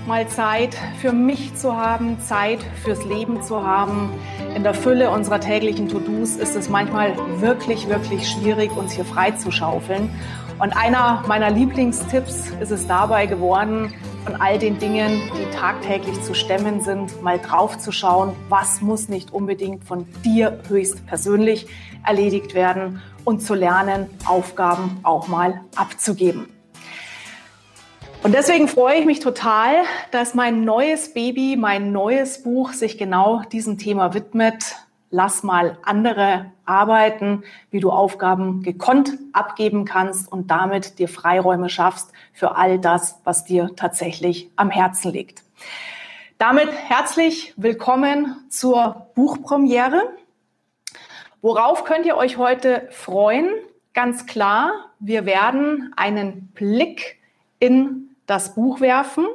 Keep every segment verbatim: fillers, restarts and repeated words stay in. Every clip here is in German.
mal Zeit für mich zu haben, Zeit fürs Leben zu haben. In der Fülle unserer täglichen To-Dos ist es manchmal wirklich, wirklich schwierig, uns hier frei zu schaufeln. Und einer meiner Lieblingstipps ist es dabei geworden, von all den Dingen, die tagtäglich zu stemmen sind, mal drauf zu schauen, was muss nicht unbedingt von dir höchstpersönlich erledigt werden und zu lernen, Aufgaben auch mal abzugeben. Und deswegen freue ich mich total, dass mein neues Baby, mein neues Buch sich genau diesem Thema widmet. Lass mal andere arbeiten, wie du Aufgaben gekonnt abgeben kannst und damit dir Freiräume schaffst für all das, was dir tatsächlich am Herzen liegt. Damit herzlich willkommen zur Buchpremiere. Worauf könnt ihr euch heute freuen? Ganz klar, wir werden einen Blick in das Buch werfen.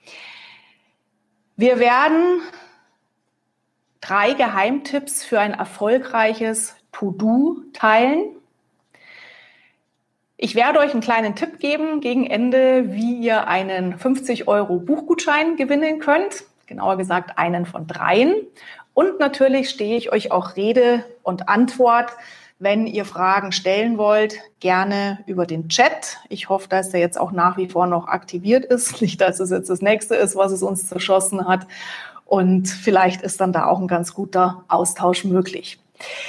Wir werden drei Geheimtipps für ein erfolgreiches To-Do teilen. Ich werde euch einen kleinen Tipp geben gegen Ende, wie ihr einen fünfzig Euro Buchgutschein gewinnen könnt. Genauer gesagt einen von dreien. Und natürlich stehe ich euch auch Rede und Antwort, wenn ihr Fragen stellen wollt, gerne über den Chat. Ich hoffe, dass der jetzt auch nach wie vor noch aktiviert ist. Nicht, dass es jetzt das nächste ist, was es uns zerschossen hat. Und vielleicht ist dann da auch ein ganz guter Austausch möglich.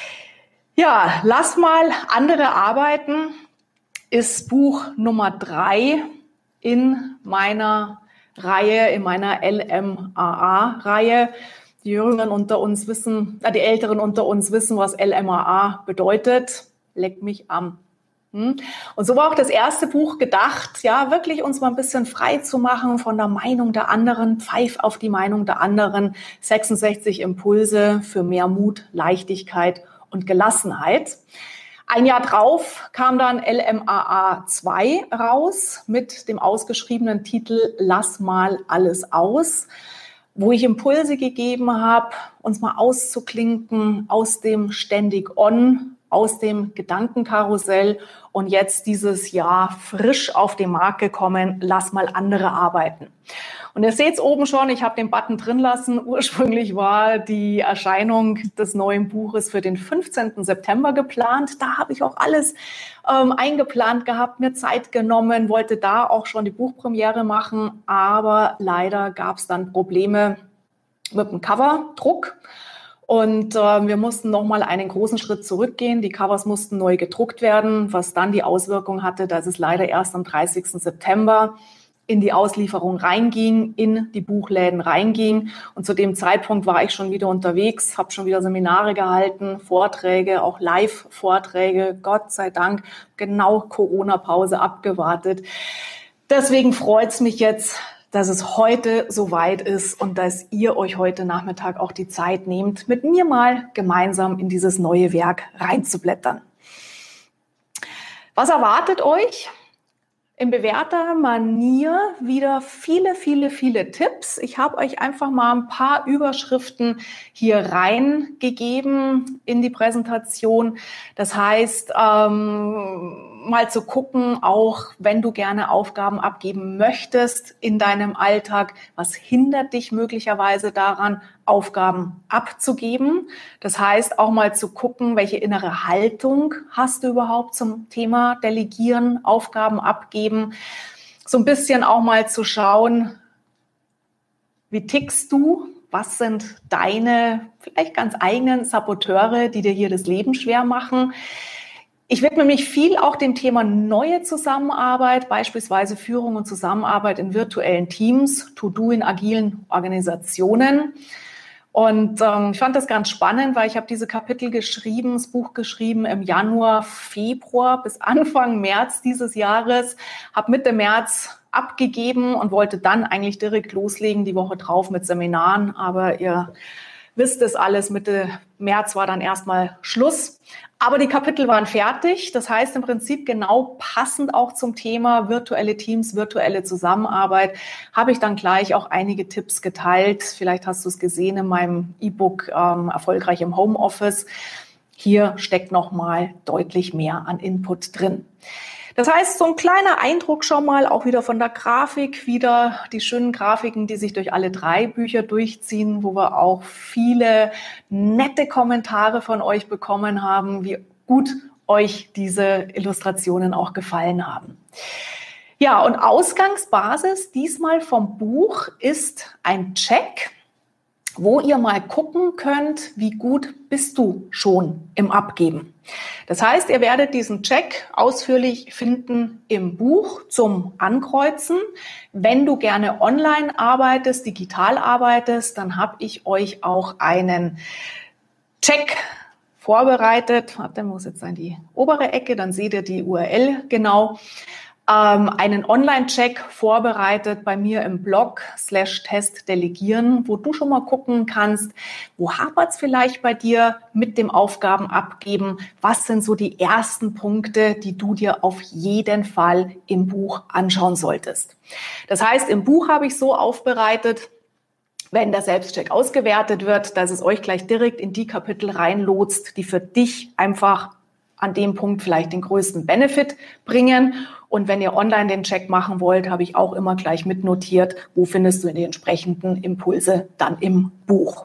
Ja, lass mal andere arbeiten ist Buch Nummer drei in meiner Reihe, in meiner L M A A-Reihe. Die Jüngeren unter uns wissen, äh, die Älteren unter uns wissen, was L M A A bedeutet. Leck mich am. Hm? Und so war auch das erste Buch gedacht, ja, wirklich uns mal ein bisschen frei zu machen von der Meinung der anderen, pfeif auf die Meinung der anderen. sechsundsechzig Impulse für mehr Mut, Leichtigkeit und Gelassenheit. Ein Jahr drauf kam dann L M A A zwei raus mit dem ausgeschriebenen Titel Lass mal alles aus, wo ich Impulse gegeben habe, uns mal auszuklinken aus dem ständig On, aus dem Gedankenkarussell und jetzt dieses Jahr frisch auf den Markt gekommen, lass mal andere arbeiten. Und ihr seht es oben schon, ich habe den Button drin lassen. Ursprünglich war die Erscheinung des neuen Buches für den fünfzehnten September geplant. Da habe ich auch alles ähm, eingeplant gehabt, mir Zeit genommen, wollte da auch schon die Buchpremiere machen. Aber leider gab es dann Probleme mit dem Coverdruck. Und äh, wir mussten nochmal einen großen Schritt zurückgehen. Die Covers mussten neu gedruckt werden, was dann die Auswirkung hatte, dass es leider erst am dreißigsten September in die Auslieferung reinging, in die Buchläden reinging. Und zu dem Zeitpunkt war ich schon wieder unterwegs, habe schon wieder Seminare gehalten, Vorträge, auch Live-Vorträge. Gott sei Dank genau Corona-Pause abgewartet. Deswegen freut es mich jetzt, dass es heute soweit ist und dass ihr euch heute Nachmittag auch die Zeit nehmt, mit mir mal gemeinsam in dieses neue Werk reinzublättern. Was erwartet euch? In bewährter Manier wieder viele, viele, viele Tipps. Ich habe euch einfach mal ein paar Überschriften hier reingegeben in die Präsentation. Das heißt, ähm, mal zu gucken, auch wenn du gerne Aufgaben abgeben möchtest in deinem Alltag, was hindert dich möglicherweise daran, Aufgaben abzugeben? Das heißt, auch mal zu gucken, welche innere Haltung hast du überhaupt zum Thema Delegieren, Aufgaben abgeben? So ein bisschen auch mal zu schauen, wie tickst du? Was sind deine vielleicht ganz eigenen Saboteure, die dir hier das Leben schwer machen? Ich widme mich viel auch dem Thema neue Zusammenarbeit, beispielsweise Führung und Zusammenarbeit in virtuellen Teams, To-Do in agilen Organisationen. Und ähm, ich fand das ganz spannend, weil ich habe diese Kapitel geschrieben, das Buch geschrieben im Januar, Februar bis Anfang März dieses Jahres, habe Mitte März abgegeben und wollte dann eigentlich direkt loslegen, die Woche drauf mit Seminaren. Aber ihr wisst es alles, Mitte März war dann erstmal Schluss. Aber die Kapitel waren fertig. Das heißt im Prinzip genau passend auch zum Thema virtuelle Teams, virtuelle Zusammenarbeit, habe ich dann gleich auch einige Tipps geteilt. Vielleicht hast du es gesehen in meinem E-Book ähm, Erfolgreich im Homeoffice. Hier steckt nochmal deutlich mehr an Input drin. Das heißt, so ein kleiner Eindruck schon mal, auch wieder von der Grafik, wieder die schönen Grafiken, die sich durch alle drei Bücher durchziehen, wo wir auch viele nette Kommentare von euch bekommen haben, wie gut euch diese Illustrationen auch gefallen haben. Ja, und Ausgangsbasis diesmal vom Buch ist ein Check, wo ihr mal gucken könnt, wie gut bist du schon im Abgeben. Das heißt, ihr werdet diesen Check ausführlich finden im Buch zum Ankreuzen. Wenn du gerne online arbeitest, digital arbeitest, dann habe ich euch auch einen Check vorbereitet. Warte, muss jetzt an die obere Ecke, dann seht ihr die U R L genau. Ähm, einen Online-Check vorbereitet bei mir im Blog slash Test delegieren, wo du schon mal gucken kannst, wo hapert es vielleicht bei dir mit dem Aufgaben abgeben? Was sind so die ersten Punkte, die du dir auf jeden Fall im Buch anschauen solltest? Das heißt, im Buch habe ich so aufbereitet, wenn der Selbstcheck ausgewertet wird, dass es euch gleich direkt in die Kapitel reinlotst, die für dich einfach an dem Punkt vielleicht den größten Benefit bringen. Und wenn ihr online den Check machen wollt, habe ich auch immer gleich mitnotiert, wo findest du die entsprechenden Impulse dann im Buch.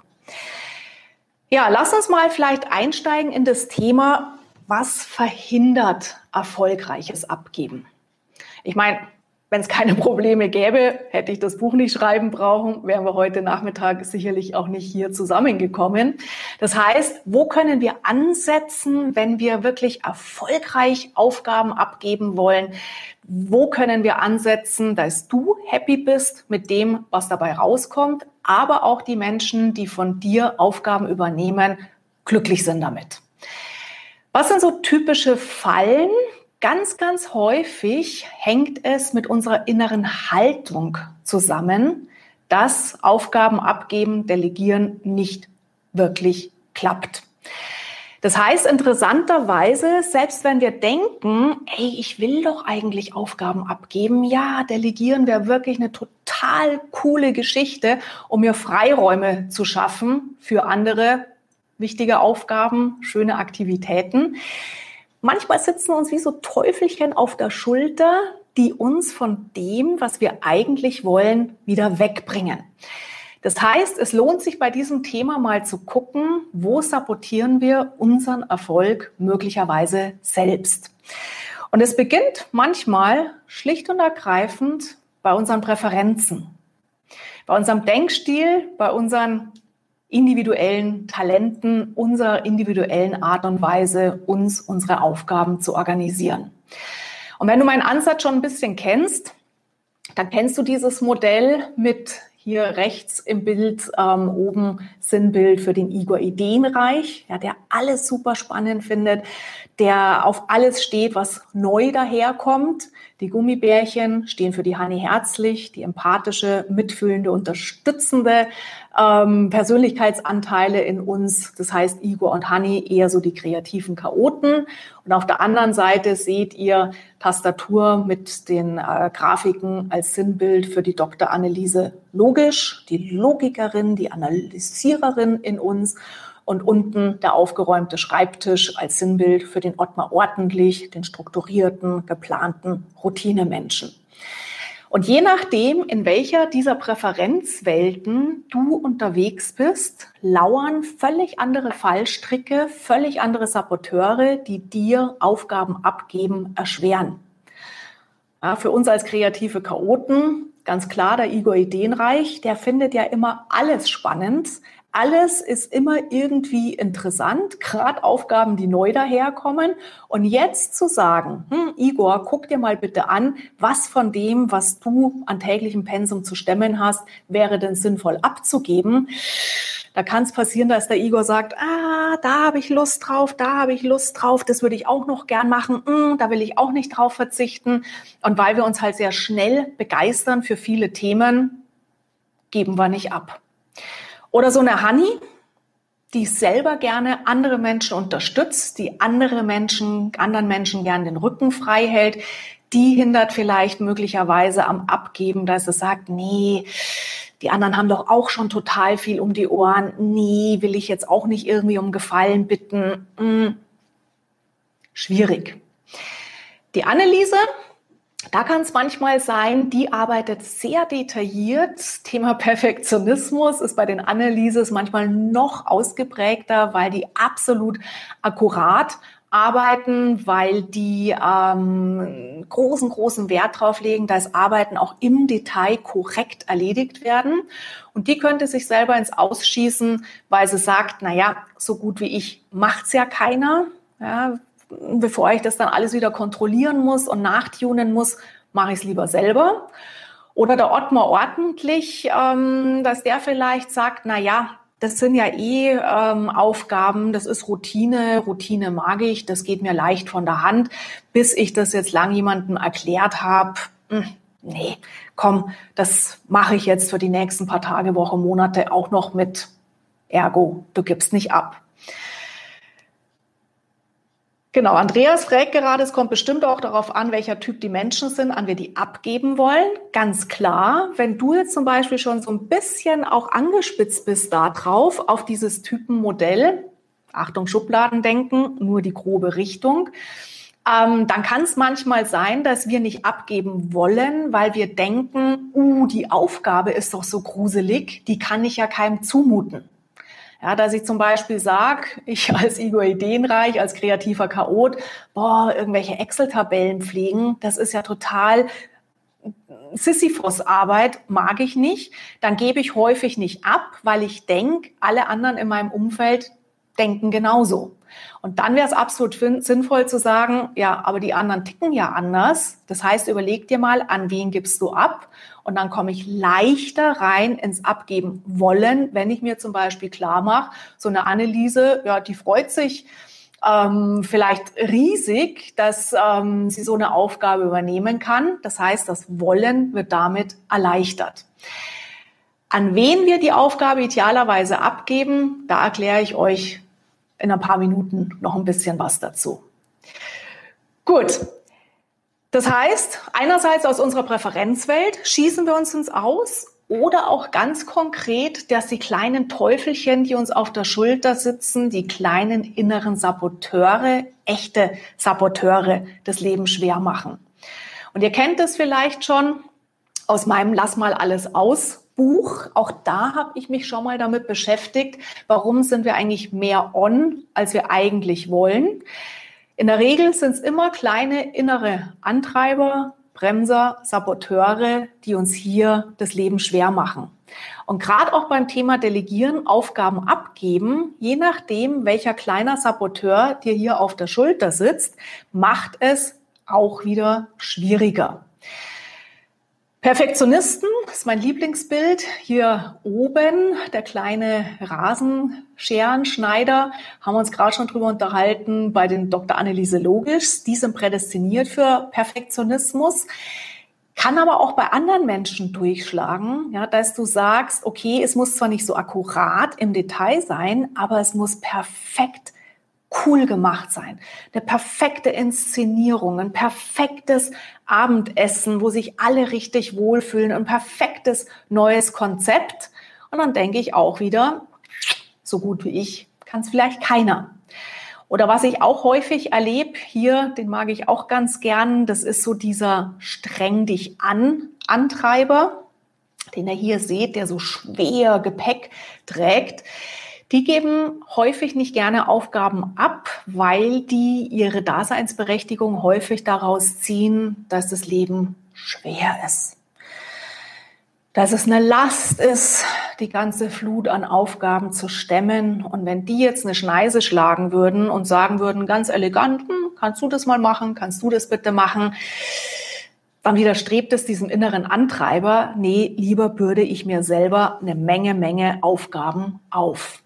Ja, lass uns mal vielleicht einsteigen in das Thema, was verhindert erfolgreiches Abgeben? Ich meine, wenn es keine Probleme gäbe, hätte ich das Buch nicht schreiben brauchen, wären wir heute Nachmittag sicherlich auch nicht hier zusammengekommen. Das heißt, wo können wir ansetzen, wenn wir wirklich erfolgreich Aufgaben abgeben wollen? Wo können wir ansetzen, dass du happy bist mit dem, was dabei rauskommt, aber auch die Menschen, die von dir Aufgaben übernehmen, glücklich sind damit? Was sind so typische Fallen? Ganz, ganz häufig hängt es mit unserer inneren Haltung zusammen, dass Aufgaben abgeben, delegieren nicht wirklich klappt. Das heißt interessanterweise, selbst wenn wir denken, ey, ich will doch eigentlich Aufgaben abgeben, ja, delegieren wäre wirklich eine total coole Geschichte, um mir Freiräume zu schaffen für andere wichtige Aufgaben, schöne Aktivitäten. Manchmal sitzen uns wie so Teufelchen auf der Schulter, die uns von dem, was wir eigentlich wollen, wieder wegbringen. Das heißt, es lohnt sich bei diesem Thema mal zu gucken, wo sabotieren wir unseren Erfolg möglicherweise selbst. Und es beginnt manchmal schlicht und ergreifend bei unseren Präferenzen, bei unserem Denkstil, bei unseren individuellen Talenten, unserer individuellen Art und Weise, uns unsere Aufgaben zu organisieren. Und wenn du meinen Ansatz schon ein bisschen kennst, dann kennst du dieses Modell mit hier rechts im Bild ähm, oben Sinnbild für den Igor Ideenreich, ja, der alles super spannend findet, der auf alles steht, was neu daherkommt. Die Gummibärchen stehen für die Hanni Herzlich, die empathische, mitfühlende, unterstützende ähm, Persönlichkeitsanteile in uns. Das heißt, Igor und Hanni eher so die kreativen Chaoten. Und auf der anderen Seite seht ihr Tastatur mit den äh, Grafiken als Sinnbild für die Doktor Anneliese Logisch, die Logikerin, die Analysiererin in uns. Und unten der aufgeräumte Schreibtisch als Sinnbild für den Ottmar Ordentlich, den strukturierten, geplanten Routinemenschen. Und je nachdem, in welcher dieser Präferenzwelten du unterwegs bist, lauern völlig andere Fallstricke, völlig andere Saboteure, die dir Aufgaben abgeben, erschweren. Ja, für uns als kreative Chaoten, ganz klar, der Igor Ideenreich, der findet ja immer alles spannend. Alles ist immer irgendwie interessant, gerade Aufgaben, die neu daherkommen. Und jetzt zu sagen, hm, Igor, guck dir mal bitte an, was von dem, was du an täglichem Pensum zu stemmen hast, wäre denn sinnvoll abzugeben. Da kann es passieren, dass der Igor sagt, ah, da habe ich Lust drauf, da habe ich Lust drauf, das würde ich auch noch gern machen, hm, da will ich auch nicht drauf verzichten. Und weil wir uns halt sehr schnell begeistern für viele Themen, geben wir nicht ab. Oder so eine Hanni, die selber gerne andere Menschen unterstützt, die andere Menschen, anderen Menschen gern den Rücken frei hält, die hindert vielleicht möglicherweise am Abgeben, dass es sagt, nee, die anderen haben doch auch schon total viel um die Ohren, nee, will ich jetzt auch nicht irgendwie um Gefallen bitten. Hm. Schwierig. Die Anneliese, da kann es manchmal sein, die arbeitet sehr detailliert. Thema Perfektionismus ist bei den Annelieses manchmal noch ausgeprägter, weil die absolut akkurat arbeiten, weil die ähm, großen, großen Wert drauf legen, dass Arbeiten auch im Detail korrekt erledigt werden. Und die könnte sich selber ins Ausschießen, weil sie sagt, naja, so gut wie ich macht's ja keiner. Ja, bevor ich das dann alles wieder kontrollieren muss und nachtunen muss, mache ich es lieber selber. Oder der Ottmar ordentlich, ähm, dass der vielleicht sagt, na ja, das sind ja eh ähm, Aufgaben, das ist Routine, Routine mag ich, das geht mir leicht von der Hand, bis ich das jetzt lang jemandem erklärt habe, hm, nee, komm, das mache ich jetzt für die nächsten paar Tage, Wochen, Monate auch noch mit. Ergo, du gibst nicht ab. Genau, Andreas fragt gerade, es kommt bestimmt auch darauf an, welcher Typ die Menschen sind, an wir die abgeben wollen. Ganz klar, wenn du jetzt zum Beispiel schon so ein bisschen auch angespitzt bist da drauf, auf dieses Typenmodell, Achtung, Schubladendenken, nur die grobe Richtung, ähm, dann kann es manchmal sein, dass wir nicht abgeben wollen, weil wir denken, uh, die Aufgabe ist doch so gruselig, die kann ich ja keinem zumuten. Ja, dass ich zum Beispiel sage, ich als Ego-Ideenreich, als kreativer Chaot, boah, irgendwelche Excel-Tabellen pflegen, das ist ja total Sisyphos-Arbeit, mag ich nicht. Dann gebe ich häufig nicht ab, weil ich denke, alle anderen in meinem Umfeld denken genauso. Und dann wäre es absolut sinnvoll zu sagen, ja, aber die anderen ticken ja anders. Das heißt, überleg dir mal, an wen gibst du ab? Und dann komme ich leichter rein ins Abgeben wollen, wenn ich mir zum Beispiel klar mache, so eine Anneliese, ja, die freut sich ähm, vielleicht riesig, dass ähm, sie so eine Aufgabe übernehmen kann. Das heißt, das Wollen wird damit erleichtert. An wen wir die Aufgabe idealerweise abgeben, da erkläre ich euch in ein paar Minuten noch ein bisschen was dazu. Gut. Das heißt, einerseits aus unserer Präferenzwelt schießen wir uns ins Aus oder auch ganz konkret, dass die kleinen Teufelchen, die uns auf der Schulter sitzen, die kleinen inneren Saboteure, echte Saboteure das Leben schwer machen. Und ihr kennt es vielleicht schon aus meinem Lass mal alles aus Buch. Auch da habe ich mich schon mal damit beschäftigt, warum sind wir eigentlich mehr on, als wir eigentlich wollen. In der Regel sind es immer kleine innere Antreiber, Bremser, Saboteure, die uns hier das Leben schwer machen. Und gerade auch beim Thema Delegieren, Aufgaben abgeben, je nachdem, welcher kleiner Saboteur dir hier auf der Schulter sitzt, macht es auch wieder schwieriger. Perfektionisten ist mein Lieblingsbild. Hier oben der kleine Rasenscherenschneider, haben wir uns gerade schon drüber unterhalten bei den Doktor Anneliese Logisch. Die sind prädestiniert für Perfektionismus, kann aber auch bei anderen Menschen durchschlagen, ja, dass du sagst, okay, es muss zwar nicht so akkurat im Detail sein, aber es muss perfekt cool gemacht sein. Eine perfekte Inszenierung, ein perfektes Abendessen, wo sich alle richtig wohlfühlen, ein perfektes neues Konzept. Und dann denke ich auch wieder, so gut wie ich kann es vielleicht keiner. Oder was ich auch häufig erlebe, hier, den mag ich auch ganz gern, das ist so dieser streng dich an Antreiber, den ihr hier seht, der so schwer Gepäck trägt. Die geben häufig nicht gerne Aufgaben ab, weil die ihre Daseinsberechtigung häufig daraus ziehen, dass das Leben schwer ist. Dass es eine Last ist, die ganze Flut an Aufgaben zu stemmen. Und wenn die jetzt eine Schneise schlagen würden und sagen würden, ganz elegant, hm, kannst du das mal machen, kannst du das bitte machen, dann widerstrebt es diesem inneren Antreiber, nee, lieber bürde ich mir selber eine Menge, Menge Aufgaben auf.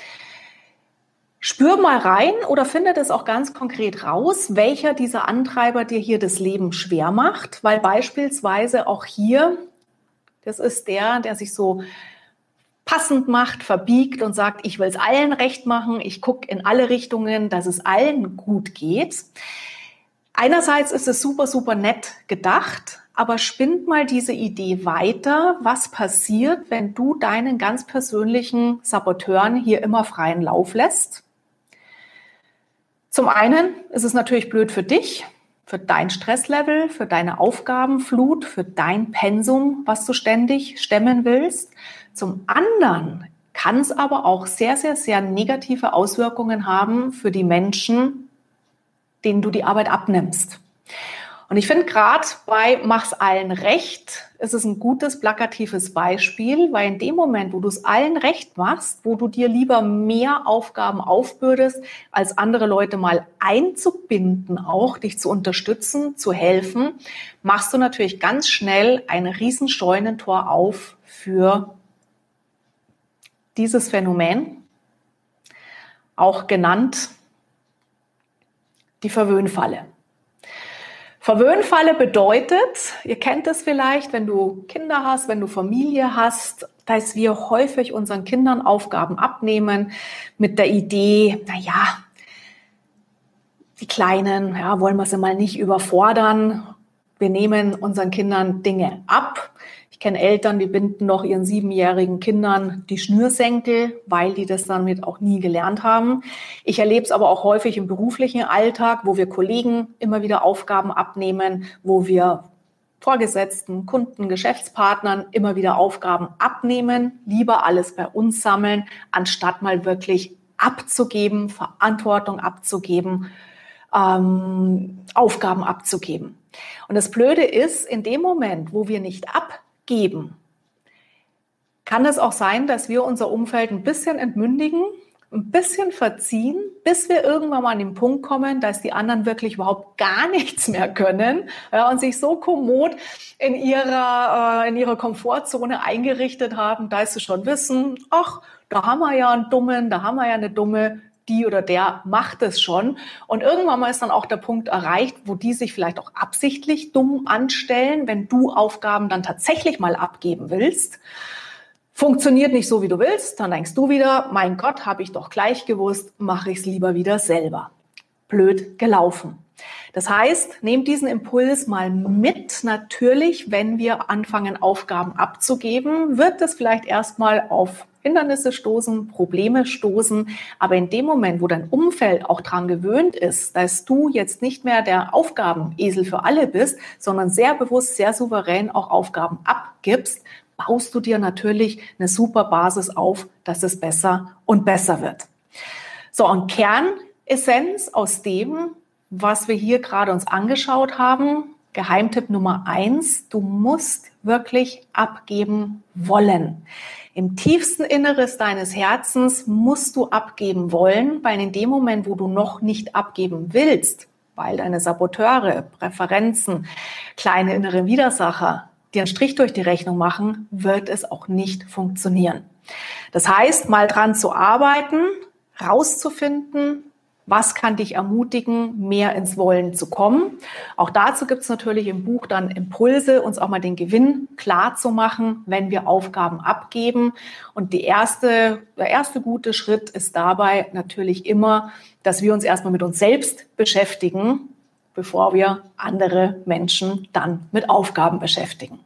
Spür mal rein oder finde das auch ganz konkret raus, welcher dieser Antreiber dir hier das Leben schwer macht, weil beispielsweise auch hier, das ist der, der sich so passend macht, verbiegt und sagt, ich will es allen recht machen, ich gucke in alle Richtungen, dass es allen gut geht. Einerseits ist es super, super nett gedacht, aber spinnt mal diese Idee weiter, was passiert, wenn du deinen ganz persönlichen Saboteuren hier immer freien Lauf lässt. Zum einen ist es natürlich blöd für dich, für dein Stresslevel, für deine Aufgabenflut, für dein Pensum, was du ständig stemmen willst. Zum anderen kann es aber auch sehr, sehr, sehr negative Auswirkungen haben für die Menschen, denen du die Arbeit abnimmst. Und ich finde, gerade bei Mach's allen recht ist es ein gutes, plakatives Beispiel, weil in dem Moment, wo du es allen recht machst, wo du dir lieber mehr Aufgaben aufbürdest, als andere Leute mal einzubinden, auch dich zu unterstützen, zu helfen, machst du natürlich ganz schnell ein riesen Scheunentor auf für dieses Phänomen, auch genannt die Verwöhnfalle. Verwöhnfalle bedeutet, ihr kennt es vielleicht, wenn du Kinder hast, wenn du Familie hast, dass wir häufig unseren Kindern Aufgaben abnehmen mit der Idee, naja, die Kleinen, ja, wollen wir sie mal nicht überfordern. Wir nehmen unseren Kindern Dinge ab. Ich kenne Eltern, die binden noch ihren siebenjährigen Kindern die Schnürsenkel, weil die das damit auch nie gelernt haben. Ich erlebe es aber auch häufig im beruflichen Alltag, wo wir Kollegen immer wieder Aufgaben abnehmen, wo wir Vorgesetzten, Kunden, Geschäftspartnern immer wieder Aufgaben abnehmen, lieber alles bei uns sammeln, anstatt mal wirklich abzugeben, Verantwortung abzugeben, ähm, Aufgaben abzugeben. Und das Blöde ist, in dem Moment, wo wir nicht abgeben, kann es auch sein, dass wir unser Umfeld ein bisschen entmündigen, ein bisschen verziehen, bis wir irgendwann mal an den Punkt kommen, dass die anderen wirklich überhaupt gar nichts mehr können, ja, und sich so kommod in ihrer, äh, in ihrer Komfortzone eingerichtet haben, dass sie schon wissen, ach, da haben wir ja einen Dummen, da haben wir ja eine Dumme, die oder der macht es schon. Und irgendwann mal ist dann auch der Punkt erreicht, wo die sich vielleicht auch absichtlich dumm anstellen, wenn du Aufgaben dann tatsächlich mal abgeben willst. Funktioniert nicht so, wie du willst, dann denkst du wieder, mein Gott, habe ich doch gleich gewusst, mache ich es lieber wieder selber. Blöd gelaufen. Das heißt, nehmt diesen Impuls mal mit. Natürlich, wenn wir anfangen, Aufgaben abzugeben, wird es vielleicht erstmal auf Hindernisse stoßen, Probleme stoßen. Aber in dem Moment, wo dein Umfeld auch daran gewöhnt ist, dass du jetzt nicht mehr der Aufgabenesel für alle bist, sondern sehr bewusst, sehr souverän auch Aufgaben abgibst, baust du dir natürlich eine super Basis auf, dass es besser und besser wird. So, und Kernessenz aus dem, was wir hier gerade uns angeschaut haben, Geheimtipp Nummer eins, du musst wirklich abgeben wollen. Im tiefsten Inneres deines Herzens musst du abgeben wollen, weil in dem Moment, wo du noch nicht abgeben willst, weil deine Saboteure, Präferenzen, kleine innere Widersacher dir einen Strich durch die Rechnung machen, wird es auch nicht funktionieren. Das heißt, mal dran zu arbeiten, rauszufinden, was kann dich ermutigen, mehr ins Wollen zu kommen. Auch dazu gibt es natürlich im Buch dann Impulse, uns auch mal den Gewinn klar zu machen, wenn wir Aufgaben abgeben. Und die erste, der erste gute Schritt ist dabei natürlich immer, dass wir uns erstmal mit uns selbst beschäftigen, bevor wir andere Menschen dann mit Aufgaben beschäftigen.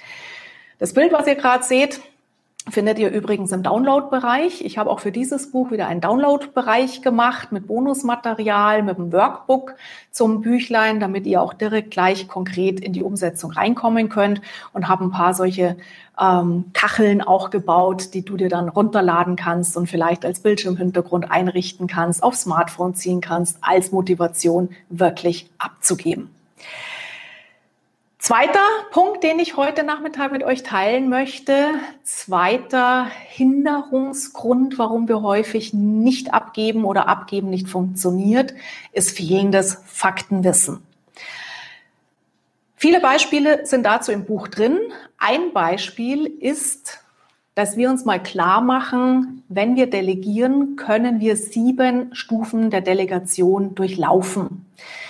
Das Bild, was ihr gerade seht, findet ihr übrigens im Download-Bereich. Ich habe auch für dieses Buch wieder einen Download-Bereich gemacht mit Bonusmaterial, mit einem Workbook zum Büchlein, damit ihr auch direkt gleich konkret in die Umsetzung reinkommen könnt, und habe ein paar solche ähm, Kacheln auch gebaut, die du dir dann runterladen kannst und vielleicht als Bildschirmhintergrund einrichten kannst, aufs Smartphone ziehen kannst, als Motivation wirklich abzugeben. Zweiter Punkt, den ich heute Nachmittag mit euch teilen möchte, zweiter Hinderungsgrund, warum wir häufig nicht abgeben oder abgeben nicht funktioniert, ist fehlendes Faktenwissen. Viele Beispiele sind dazu im Buch drin. Ein Beispiel ist, dass wir uns mal klar machen, wenn wir delegieren, können wir sieben Stufen der Delegation durchlaufen.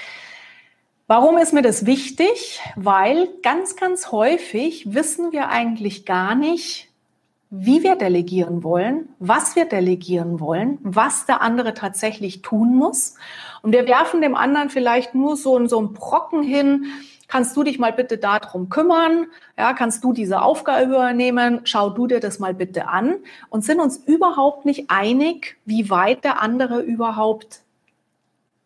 Warum ist mir das wichtig? Weil ganz, ganz häufig wissen wir eigentlich gar nicht, wie wir delegieren wollen, was wir delegieren wollen, was der andere tatsächlich tun muss. Und wir werfen dem anderen vielleicht nur so, so einen Brocken hin. Kannst du dich mal bitte darum kümmern? Ja, kannst du diese Aufgabe übernehmen? Schau du dir das mal bitte an. Und sind uns überhaupt nicht einig, wie weit der andere überhaupt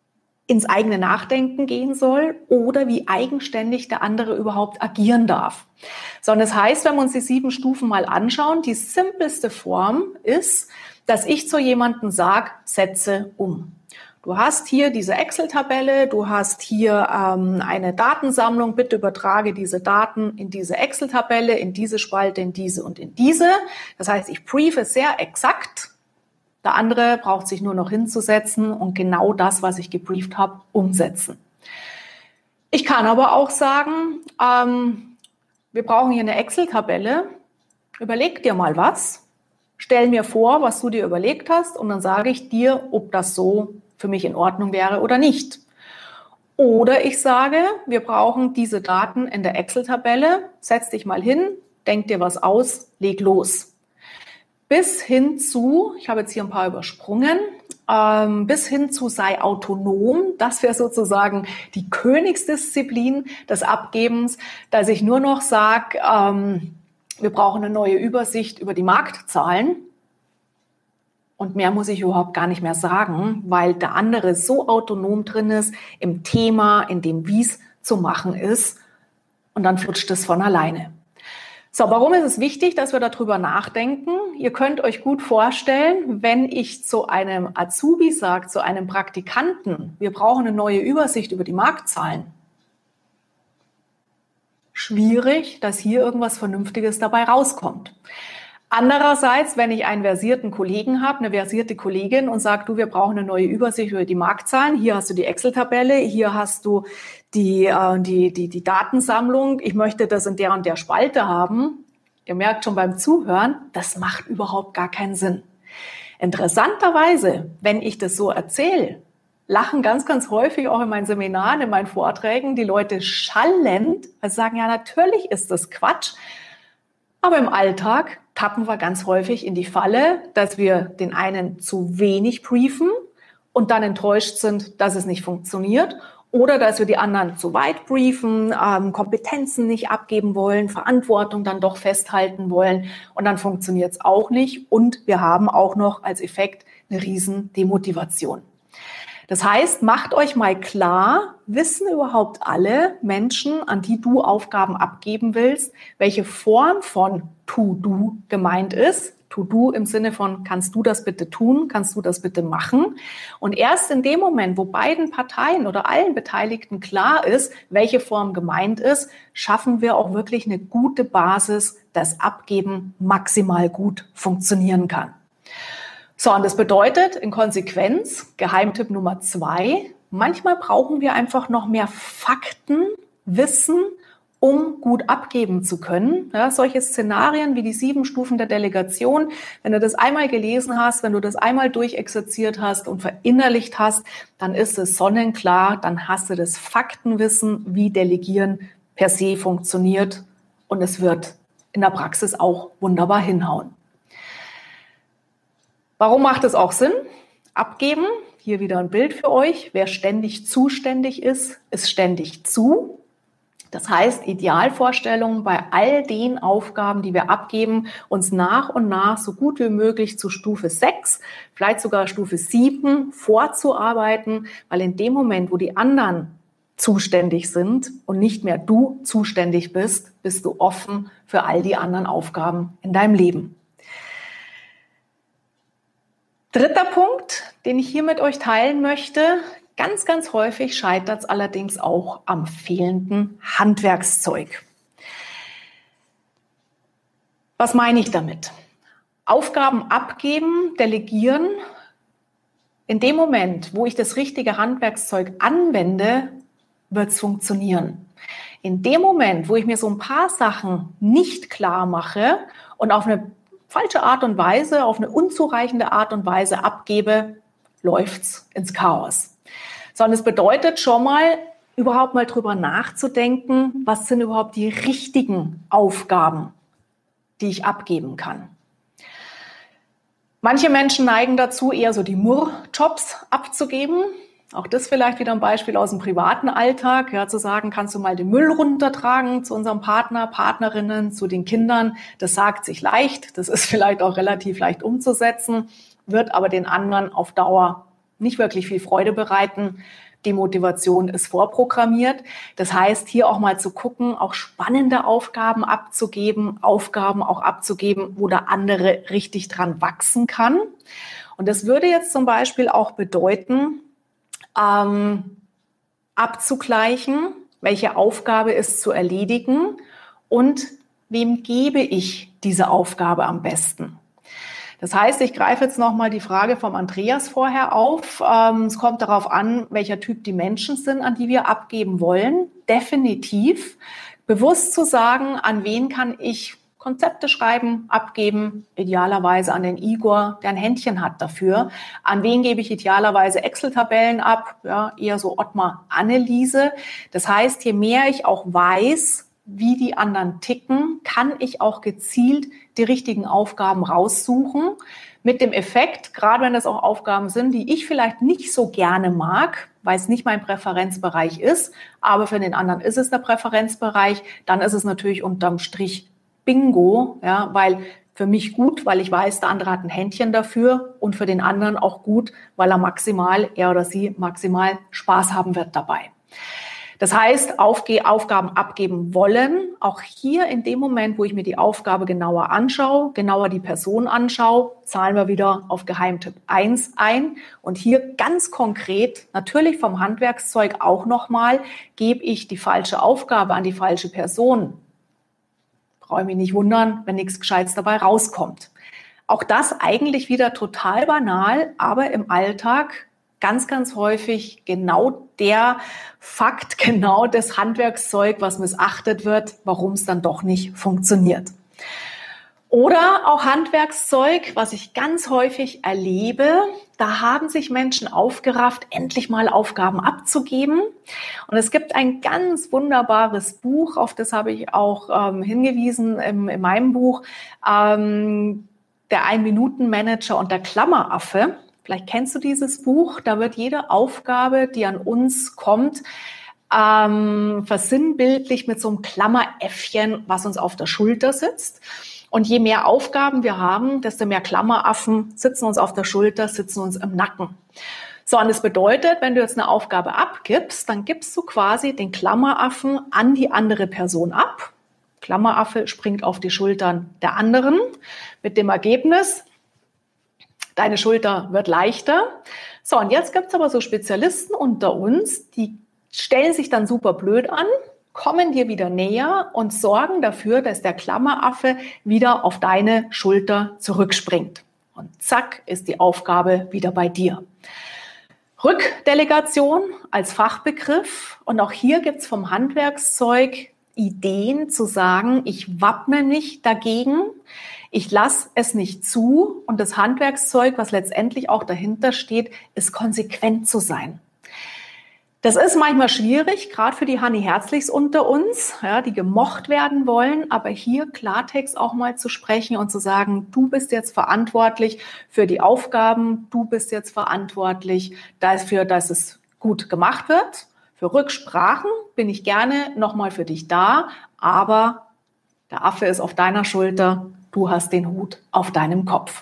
ins eigene Nachdenken gehen soll oder wie eigenständig der andere überhaupt agieren darf. Sondern das heißt, wenn wir uns die sieben Stufen mal anschauen, die simpelste Form ist, dass ich zu jemandem sage, setze um. Du hast hier diese Excel-Tabelle, du hast hier ähm, eine Datensammlung, bitte übertrage diese Daten in diese Excel-Tabelle, in diese Spalte, in diese und in diese. Das heißt, ich briefe sehr exakt. Der andere braucht sich nur noch hinzusetzen und genau das, was ich gebrieft habe, umsetzen. Ich kann aber auch sagen, ähm, wir brauchen hier eine Excel-Tabelle. Überleg dir mal was. Stell mir vor, was du dir überlegt hast und dann sage ich dir, ob das so für mich in Ordnung wäre oder nicht. Oder ich sage, wir brauchen diese Daten in der Excel-Tabelle. Setz dich mal hin, denk dir was aus, leg los. Bis hin zu, ich habe jetzt hier ein paar übersprungen, ähm, bis hin zu sei autonom. Das wäre sozusagen die Königsdisziplin des Abgebens, dass ich nur noch sage, ähm, wir brauchen eine neue Übersicht über die Marktzahlen. Und mehr muss ich überhaupt gar nicht mehr sagen, weil der andere so autonom drin ist im Thema, in dem wie es zu machen ist. Und dann flutscht es von alleine. So, warum ist es wichtig, dass wir darüber nachdenken? Ihr könnt euch gut vorstellen, wenn ich zu einem Azubi sage, zu einem Praktikanten, wir brauchen eine neue Übersicht über die Marktzahlen. Schwierig, dass hier irgendwas Vernünftiges dabei rauskommt. Andererseits, wenn ich einen versierten Kollegen habe, eine versierte Kollegin und sage, du, wir brauchen eine neue Übersicht über die Marktzahlen, hier hast du die Excel-Tabelle, hier hast du die, äh, die, die, die Datensammlung, ich möchte das in der und der Spalte haben. Ihr merkt schon beim Zuhören, das macht überhaupt gar keinen Sinn. Interessanterweise, wenn ich das so erzähle, lachen ganz, ganz häufig auch in meinen Seminaren, in meinen Vorträgen, die Leute schallend, also sagen, ja, natürlich ist das Quatsch, aber im Alltag tappen wir ganz häufig in die Falle, dass wir den einen zu wenig briefen und dann enttäuscht sind, dass es nicht funktioniert. Oder dass wir die anderen zu weit briefen, ähm, Kompetenzen nicht abgeben wollen, Verantwortung dann doch festhalten wollen und dann funktioniert es auch nicht. Und wir haben auch noch als Effekt eine riesen Demotivation. Das heißt, macht euch mal klar, wissen überhaupt alle Menschen, an die du Aufgaben abgeben willst, welche Form von To-Do gemeint ist. To-Do im Sinne von, kannst du das bitte tun, kannst du das bitte machen? Und erst in dem Moment, wo beiden Parteien oder allen Beteiligten klar ist, welche Form gemeint ist, schaffen wir auch wirklich eine gute Basis, dass Abgeben maximal gut funktionieren kann. So, und das bedeutet in Konsequenz, Geheimtipp Nummer zwei, manchmal brauchen wir einfach noch mehr Fakten, Wissen, um gut abgeben zu können. Ja, solche Szenarien wie die sieben Stufen der Delegation, wenn du das einmal gelesen hast, wenn du das einmal durchexerziert hast und verinnerlicht hast, dann ist es sonnenklar, dann hast du das Faktenwissen, wie Delegieren per se funktioniert und es wird in der Praxis auch wunderbar hinhauen. Warum macht es auch Sinn? Abgeben, hier wieder ein Bild für euch. Wer ständig zuständig ist, ist ständig zu. Das heißt, Idealvorstellung bei all den Aufgaben, die wir abgeben, uns nach und nach so gut wie möglich zu Stufe sechs, vielleicht sogar Stufe sieben vorzuarbeiten, weil in dem Moment, wo die anderen zuständig sind und nicht mehr du zuständig bist, bist du offen für all die anderen Aufgaben in deinem Leben. Dritter Punkt, den ich hier mit euch teilen möchte. Ganz, ganz häufig scheitert es allerdings auch am fehlenden Handwerkszeug. Was meine ich damit? Aufgaben abgeben, delegieren. In dem Moment, wo ich das richtige Handwerkszeug anwende, wird es funktionieren. In dem Moment, wo ich mir so ein paar Sachen nicht klar mache und auf eine falsche Art und Weise, auf eine unzureichende Art und Weise abgebe, läuft's ins Chaos. Sondern es bedeutet schon mal, überhaupt mal drüber nachzudenken, was sind überhaupt die richtigen Aufgaben, die ich abgeben kann. Manche Menschen neigen dazu, eher so die Murr-Jobs abzugeben. Auch das vielleicht wieder ein Beispiel aus dem privaten Alltag, ja, zu sagen, kannst du mal den Müll runtertragen zu unserem Partner, Partnerinnen, zu den Kindern. Das sagt sich leicht, das ist vielleicht auch relativ leicht umzusetzen, wird aber den anderen auf Dauer nicht wirklich viel Freude bereiten. Demotivation ist vorprogrammiert. Das heißt, hier auch mal zu gucken, auch spannende Aufgaben abzugeben, Aufgaben auch abzugeben, wo der andere richtig dran wachsen kann. Und das würde jetzt zum Beispiel auch bedeuten, ähm, abzugleichen, welche Aufgabe ist zu erledigen und wem gebe ich diese Aufgabe am besten. Das heißt, ich greife jetzt nochmal die Frage vom Andreas vorher auf. Ähm, es kommt darauf an, welcher Typ die Menschen sind, an die wir abgeben wollen. Definitiv bewusst zu sagen, an wen kann ich Konzepte schreiben, abgeben, idealerweise an den Igor, der ein Händchen hat dafür. An wen gebe ich idealerweise Excel-Tabellen ab? Ja, eher so Ottmar Anneliese. Das heißt, je mehr ich auch weiß, wie die anderen ticken, kann ich auch gezielt die richtigen Aufgaben raussuchen. Mit dem Effekt, gerade wenn das auch Aufgaben sind, die ich vielleicht nicht so gerne mag, weil es nicht mein Präferenzbereich ist, aber für den anderen ist es der Präferenzbereich, dann ist es natürlich unterm Strich Bingo, ja, weil für mich gut, weil ich weiß, der andere hat ein Händchen dafür und für den anderen auch gut, weil er maximal, er oder sie maximal Spaß haben wird dabei. Das heißt, Aufge- Aufgaben abgeben wollen, auch hier in dem Moment, wo ich mir die Aufgabe genauer anschaue, genauer die Person anschaue, zahlen wir wieder auf Geheimtipp eins ein. Und hier ganz konkret, natürlich vom Handwerkszeug auch nochmal, gebe ich die falsche Aufgabe an die falsche Person. Brauche ich mich nicht wundern, wenn nichts Gescheites dabei rauskommt. Auch das eigentlich wieder total banal, aber im Alltag ganz, ganz häufig genau der Fakt, genau das Handwerkszeug, was missachtet wird, warum es dann doch nicht funktioniert. Oder auch Handwerkszeug, was ich ganz häufig erlebe, da haben sich Menschen aufgerafft, endlich mal Aufgaben abzugeben. Und es gibt ein ganz wunderbares Buch, auf das habe ich auch ähm, hingewiesen im, in meinem Buch, ähm, der Ein-Minuten-Manager und der Klammeraffe. Vielleicht kennst du dieses Buch, da wird jede Aufgabe, die an uns kommt, ähm, versinnbildlich mit so einem Klammeräffchen, was uns auf der Schulter sitzt. Und je mehr Aufgaben wir haben, desto mehr Klammeraffen sitzen uns auf der Schulter, sitzen uns im Nacken. So, und das bedeutet, wenn du jetzt eine Aufgabe abgibst, dann gibst du quasi den Klammeraffen an die andere Person ab. Klammeraffe springt auf die Schultern der anderen mit dem Ergebnis, deine Schulter wird leichter. So, und jetzt gibt es aber so Spezialisten unter uns, die stellen sich dann super blöd an, kommen dir wieder näher und sorgen dafür, dass der Klammeraffe wieder auf deine Schulter zurückspringt. Und zack, ist die Aufgabe wieder bei dir. Rückdelegation als Fachbegriff. Und auch hier gibt es vom Handwerkszeug Ideen zu sagen, ich wappne mich dagegen, ich lasse es nicht zu. Und das Handwerkszeug, was letztendlich auch dahinter steht, ist konsequent zu sein. Das ist manchmal schwierig, gerade für die Hanni Herzlichs unter uns, ja, die gemocht werden wollen, aber hier Klartext auch mal zu sprechen und zu sagen, du bist jetzt verantwortlich für die Aufgaben, du bist jetzt verantwortlich dafür, dass es gut gemacht wird. Für Rücksprachen bin ich gerne nochmal für dich da, aber der Affe ist auf deiner Schulter, du hast den Hut auf deinem Kopf.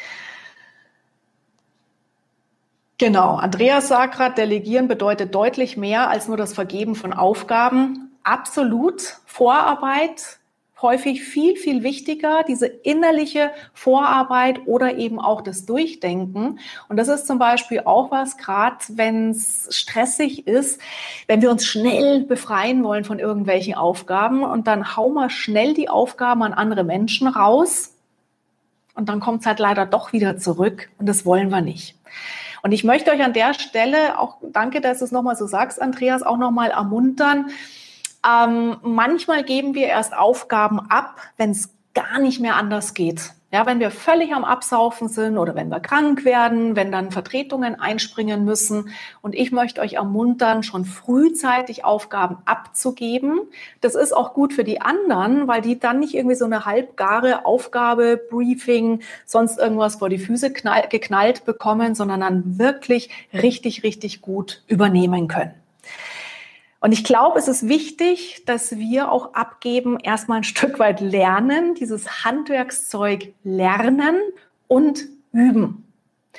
Genau, Andreas sagt gerade, Delegieren bedeutet deutlich mehr als nur das Vergeben von Aufgaben. Absolut. Vorarbeit, häufig viel, viel wichtiger, diese innerliche Vorarbeit oder eben auch das Durchdenken. Und das ist zum Beispiel auch was, gerade wenn es stressig ist, wenn wir uns schnell befreien wollen von irgendwelchen Aufgaben und dann hauen wir schnell die Aufgaben an andere Menschen raus und dann kommt es halt leider doch wieder zurück und das wollen wir nicht. Und ich möchte euch an der Stelle auch, danke, dass du es nochmal so sagst, Andreas, auch nochmal ermuntern. Ähm, manchmal geben wir erst Aufgaben ab, wenn es gar nicht mehr anders geht. Ja, wenn wir völlig am Absaufen sind oder wenn wir krank werden, wenn dann Vertretungen einspringen müssen. Und ich möchte euch ermuntern, schon frühzeitig Aufgaben abzugeben. Das ist auch gut für die anderen, weil die dann nicht irgendwie so eine halbgare Aufgabe, Briefing, sonst irgendwas vor die Füße knall, geknallt bekommen, sondern dann wirklich richtig, richtig gut übernehmen können. Und ich glaube, es ist wichtig, dass wir auch abgeben, erstmal ein Stück weit lernen, dieses Handwerkszeug lernen und üben.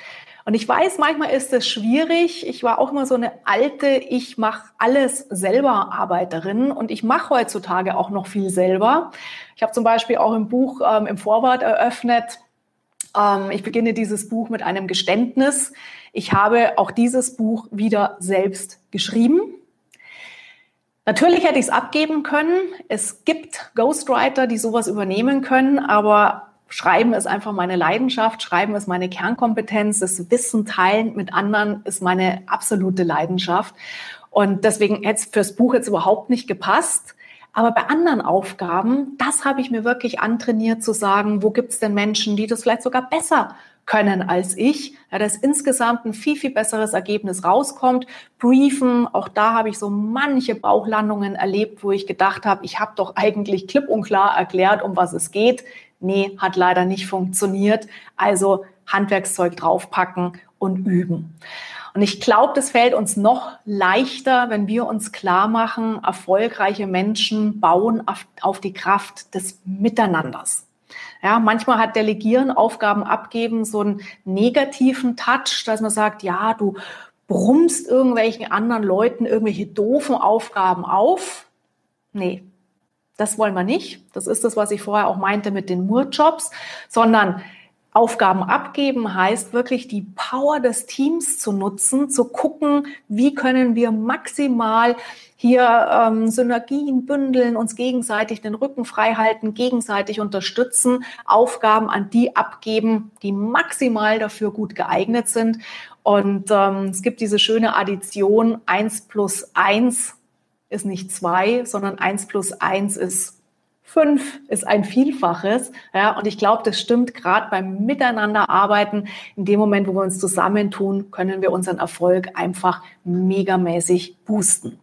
Und ich weiß, manchmal ist es schwierig. Ich war auch immer so eine alte, ich mache alles selber Arbeiterin und ich mache heutzutage auch noch viel selber. Ich habe zum Beispiel auch im Buch ähm, im Vorwort eröffnet, ähm, ich beginne dieses Buch mit einem Geständnis. Ich habe auch dieses Buch wieder selbst geschrieben. Natürlich hätte ich es abgeben können. Es gibt Ghostwriter, die sowas übernehmen können, aber Schreiben ist einfach meine Leidenschaft, Schreiben ist meine Kernkompetenz, das Wissen teilen mit anderen ist meine absolute Leidenschaft. Und deswegen hätte es fürs Buch jetzt überhaupt nicht gepasst. Aber bei anderen Aufgaben, das habe ich mir wirklich antrainiert zu sagen, wo gibt es denn Menschen, die das vielleicht sogar besser können als ich, ja, dass insgesamt ein viel, viel besseres Ergebnis rauskommt. Briefen, auch da habe ich so manche Bauchlandungen erlebt, wo ich gedacht habe, ich habe doch eigentlich klipp und klar erklärt, um was es geht. Nee, hat leider nicht funktioniert. Also Handwerkszeug draufpacken und üben. Und ich glaube, das fällt uns noch leichter, wenn wir uns klar machen, erfolgreiche Menschen bauen auf, auf die Kraft des Miteinanders. Ja, manchmal hat Delegieren, Aufgaben abgeben so einen negativen Touch, dass man sagt, ja, du brummst irgendwelchen anderen Leuten irgendwelche doofen Aufgaben auf. Nee. Das wollen wir nicht. Das ist das, was ich vorher auch meinte mit den Murjobs, sondern Aufgaben abgeben heißt wirklich die Power des Teams zu nutzen, zu gucken, wie können wir maximal hier ähm, Synergien bündeln, uns gegenseitig den Rücken frei halten, gegenseitig unterstützen, Aufgaben an die abgeben, die maximal dafür gut geeignet sind. Und ähm, es gibt diese schöne Addition, eins plus eins ist nicht zwei, sondern eins plus eins ist fünf, ist ein Vielfaches. Ja, und ich glaube, das stimmt gerade beim Miteinanderarbeiten. In dem Moment, wo wir uns zusammentun, können wir unseren Erfolg einfach megamäßig boosten.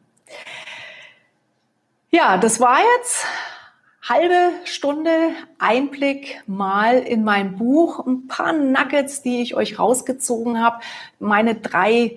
Ja, das war jetzt halbe Stunde Einblick mal in mein Buch. Ein paar Nuggets, die ich euch rausgezogen habe. Meine drei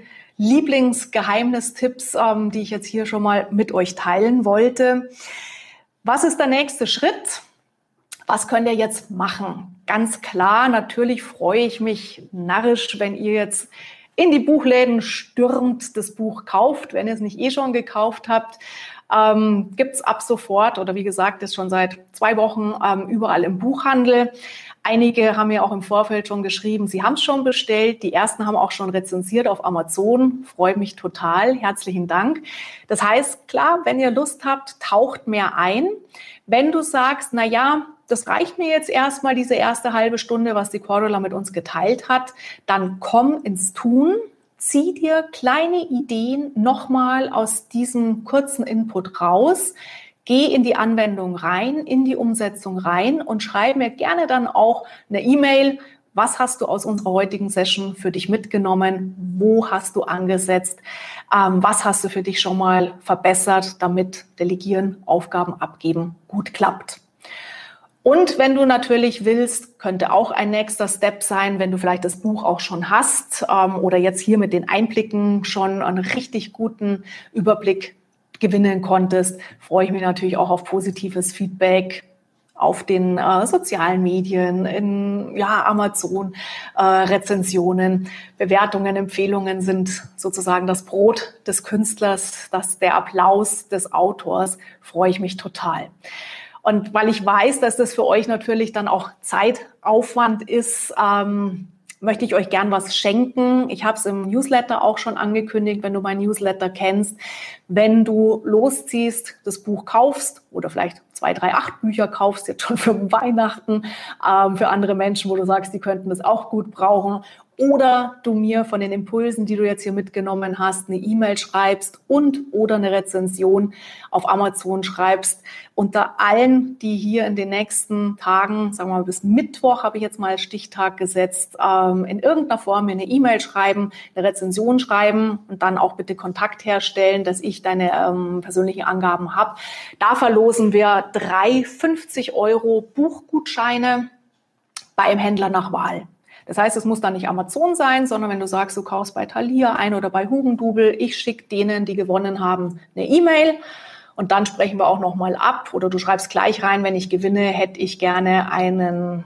Lieblingsgeheimnistipps, ähm, die ich jetzt hier schon mal mit euch teilen wollte. Was ist der nächste Schritt? Was könnt ihr jetzt machen? Ganz klar, natürlich freue ich mich narrisch, wenn ihr jetzt in die Buchläden stürmt, das Buch kauft, wenn ihr es nicht eh schon gekauft habt. Ähm, gibt es ab sofort oder wie gesagt, ist schon seit zwei Wochen ähm, überall im Buchhandel. Einige haben mir auch im Vorfeld schon geschrieben, sie haben es schon bestellt. Die ersten haben auch schon rezensiert auf Amazon. Freut mich total. Herzlichen Dank. Das heißt, klar, wenn ihr Lust habt, taucht mehr ein. Wenn du sagst, na ja, das reicht mir jetzt erstmal, diese erste halbe Stunde, was die Cordula mit uns geteilt hat, dann komm ins Tun. Zieh dir kleine Ideen nochmal aus diesem kurzen Input raus. Geh in die Anwendung rein, in die Umsetzung rein und schreib mir gerne dann auch eine E-Mail. Was hast du aus unserer heutigen Session für dich mitgenommen? Wo hast du angesetzt? Ähm, was hast du für dich schon mal verbessert, damit Delegieren, Aufgaben abgeben gut klappt? Und wenn du natürlich willst, könnte auch ein nächster Step sein, wenn du vielleicht das Buch auch schon hast ähm, oder jetzt hier mit den Einblicken schon einen richtig guten Überblick gewinnen konntest, freue ich mich natürlich auch auf positives Feedback auf den äh, sozialen Medien, in ja, Amazon, äh, Rezensionen, Bewertungen, Empfehlungen sind sozusagen das Brot des Künstlers, das der Applaus des Autors, freue ich mich total. Und weil ich weiß, dass das für euch natürlich dann auch Zeitaufwand ist, ähm, möchte ich euch gern was schenken. Ich habe es im Newsletter auch schon angekündigt, wenn du meinen Newsletter kennst. Wenn du losziehst, das Buch kaufst oder vielleicht zwei, drei, acht Bücher kaufst, jetzt schon für Weihnachten, ähm, für andere Menschen, wo du sagst, die könnten das auch gut brauchen. Oder du mir von den Impulsen, die du jetzt hier mitgenommen hast, eine E-Mail schreibst und oder eine Rezension auf Amazon schreibst. Unter allen, die hier in den nächsten Tagen, sagen wir mal bis Mittwoch, habe ich jetzt mal als Stichtag gesetzt, ähm, in irgendeiner Form mir eine E-Mail schreiben, eine Rezension schreiben und dann auch bitte Kontakt herstellen, dass ich deine ähm, persönlichen Angaben habe. Da verlosen wir drei fünfzig Euro Buchgutscheine beim Händler nach Wahl. Das heißt, es muss dann nicht Amazon sein, sondern wenn du sagst, du kaufst bei Thalia ein oder bei Hugendubel, ich schicke denen, die gewonnen haben, eine E-Mail und dann sprechen wir auch nochmal ab oder du schreibst gleich rein, wenn ich gewinne, hätte ich gerne einen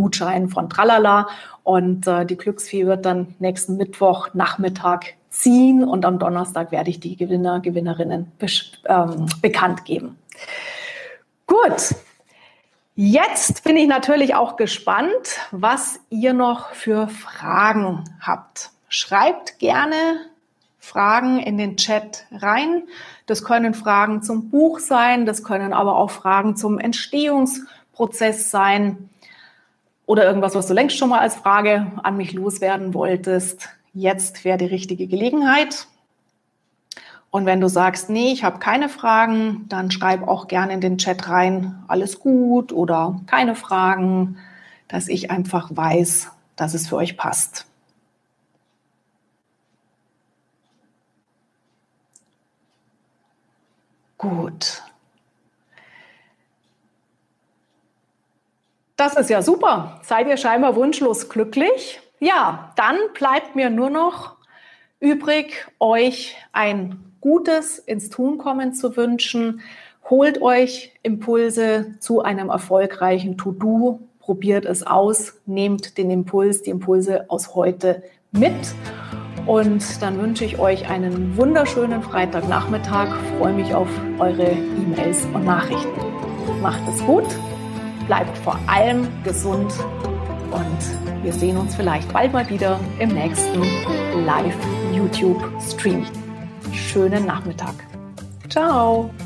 Gutschein von Tralala. Und äh, die Glücksfee wird dann nächsten Mittwoch Nachmittag ziehen und am Donnerstag werde ich die Gewinner, Gewinnerinnen besch- ähm, bekannt geben. Gut, jetzt bin ich natürlich auch gespannt, was ihr noch für Fragen habt. Schreibt gerne Fragen in den Chat rein. Das können Fragen zum Buch sein, das können aber auch Fragen zum Entstehungsprozess sein oder irgendwas, was du längst schon mal als Frage an mich loswerden wolltest. Jetzt wäre die richtige Gelegenheit. Und wenn du sagst, nee, ich habe keine Fragen, dann schreib auch gerne in den Chat rein, alles gut oder keine Fragen, dass ich einfach weiß, dass es für euch passt. Gut. Das ist ja super. Seid ihr scheinbar wunschlos glücklich? Ja, dann bleibt mir nur noch übrig, euch ein Gutes ins Tun kommen zu wünschen. Holt euch Impulse zu einem erfolgreichen To-Do. Probiert es aus. Nehmt den Impuls, die Impulse aus heute mit. Und dann wünsche ich euch einen wunderschönen Freitagnachmittag. Freue mich auf eure E-Mails und Nachrichten. Macht es gut, bleibt vor allem gesund und wir sehen uns vielleicht bald mal wieder im nächsten Live-YouTube-Stream. Schönen Nachmittag. Ciao.